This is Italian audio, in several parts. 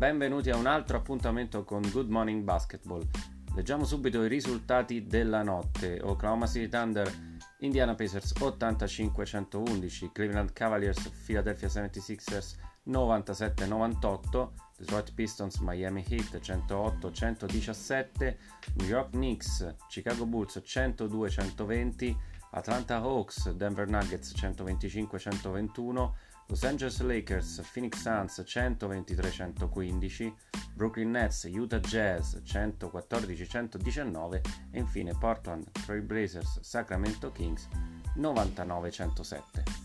benvenuti a un altro appuntamento con Good Morning Basketball. Leggiamo subito i risultati della notte. Oklahoma City Thunder, Indiana Pacers 85-111, Cleveland Cavaliers, Philadelphia 76ers 97-98, Detroit Pistons, Miami Heat 108-117, New York Knicks, Chicago Bulls 102-120, Atlanta Hawks, Denver Nuggets 125-121, Los Angeles Lakers, Phoenix Suns 123-115, Brooklyn Nets, Utah Jazz 114-119 e infine Portland Trail Blazers, Sacramento Kings 99-107.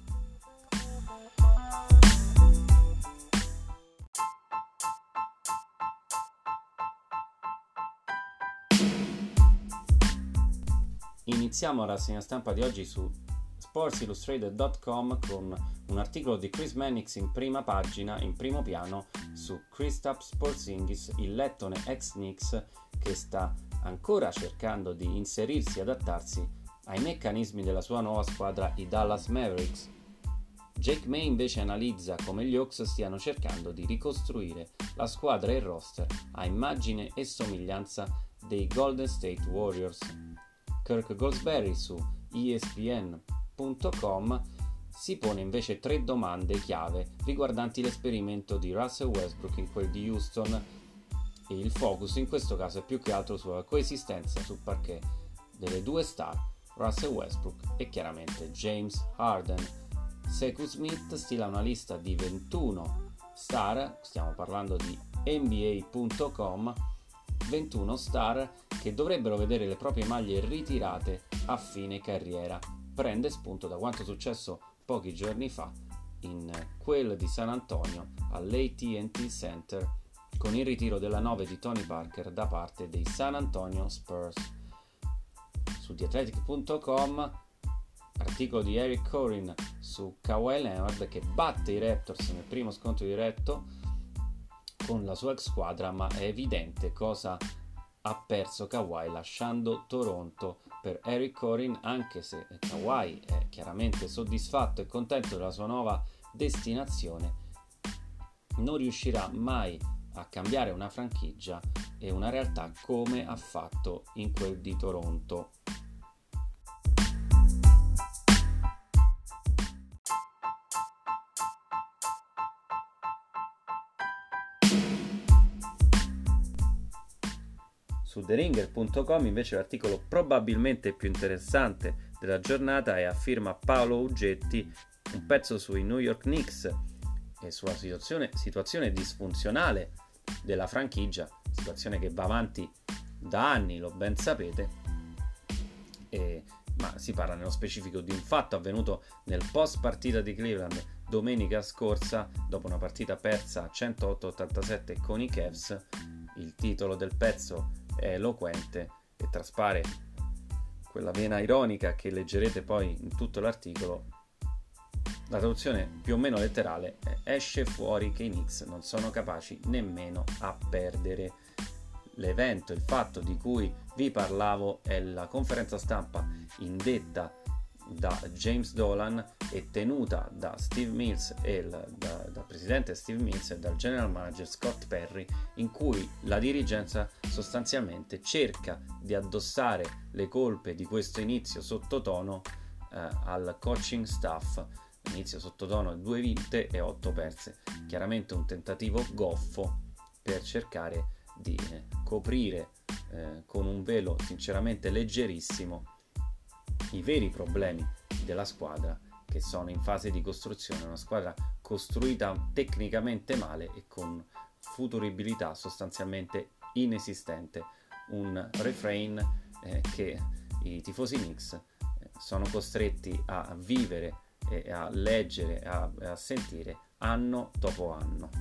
Iniziamo la rassegna stampa di oggi su sportsillustrated.com con un articolo di Chris Mannix in prima pagina, in primo piano, su Kristaps Porzingis, il lettone ex Knicks che sta ancora cercando di inserirsi e adattarsi ai meccanismi della sua nuova squadra, i Dallas Mavericks. Jake May invece analizza come gli Hawks stiano cercando di ricostruire la squadra e il roster a immagine e somiglianza dei Golden State Warriors. Kirk Goldsberry su ESPN.com si pone invece 3 domande chiave riguardanti l'esperimento di Russell Westbrook in quel di Houston, e il focus in questo caso è più che altro sulla coesistenza sul parquet delle due star, Russell Westbrook e chiaramente James Harden. Sekou Smith stila una lista di 21 star, stiamo parlando di NBA.com, 21 star che dovrebbero vedere le proprie maglie ritirate a fine carriera. Prende spunto da quanto successo pochi giorni fa in quel di San Antonio all'AT&T Center con il ritiro della 9 di Tony Parker da parte dei San Antonio Spurs. Su TheAthletic.com articolo di Eric Corin su Kawhi Leonard che batte i Raptors nel primo scontro diretto con la sua ex squadra, ma è evidente cosa ha perso Kawhi lasciando Toronto. Per Eric Corin, anche se Kawhi è chiaramente soddisfatto e contento della sua nuova destinazione, non riuscirà mai a cambiare una franchigia e una realtà come ha fatto in quel di Toronto. Su TheRinger.com invece l'articolo probabilmente più interessante della giornata è a firma Paolo Uggetti, un pezzo sui New York Knicks e sulla situazione disfunzionale della franchigia, situazione che va avanti da anni, lo ben sapete, ma si parla nello specifico di un fatto avvenuto nel post partita di Cleveland domenica scorsa dopo una partita persa a 108-87 con i Cavs. Il titolo del pezzo è eloquente e traspare quella vena ironica che leggerete poi in tutto l'articolo. La traduzione più o meno letterale è: esce fuori che i Knicks non sono capaci nemmeno a perdere. L'evento, il fatto di cui vi parlavo, è la conferenza stampa indetta da James Dolan e tenuta da Steve Mills dal presidente Steve Mills e dal general manager Scott Perry, in cui la dirigenza sostanzialmente cerca di addossare le colpe di questo inizio sottotono al coaching staff. Inizio sottotono, 2 vinte e 8 perse, chiaramente un tentativo goffo per cercare di coprire con un velo sinceramente leggerissimo i veri problemi della squadra, che sono in fase di costruzione, una squadra costruita tecnicamente male e con futuribilità sostanzialmente inesistente, un refrain che i tifosi Knicks sono costretti a vivere e a leggere e a sentire anno dopo anno.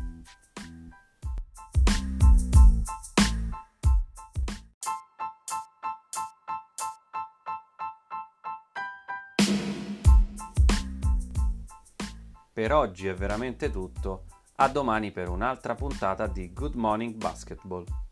Per oggi è veramente tutto, a domani per un'altra puntata di Good Morning Basketball.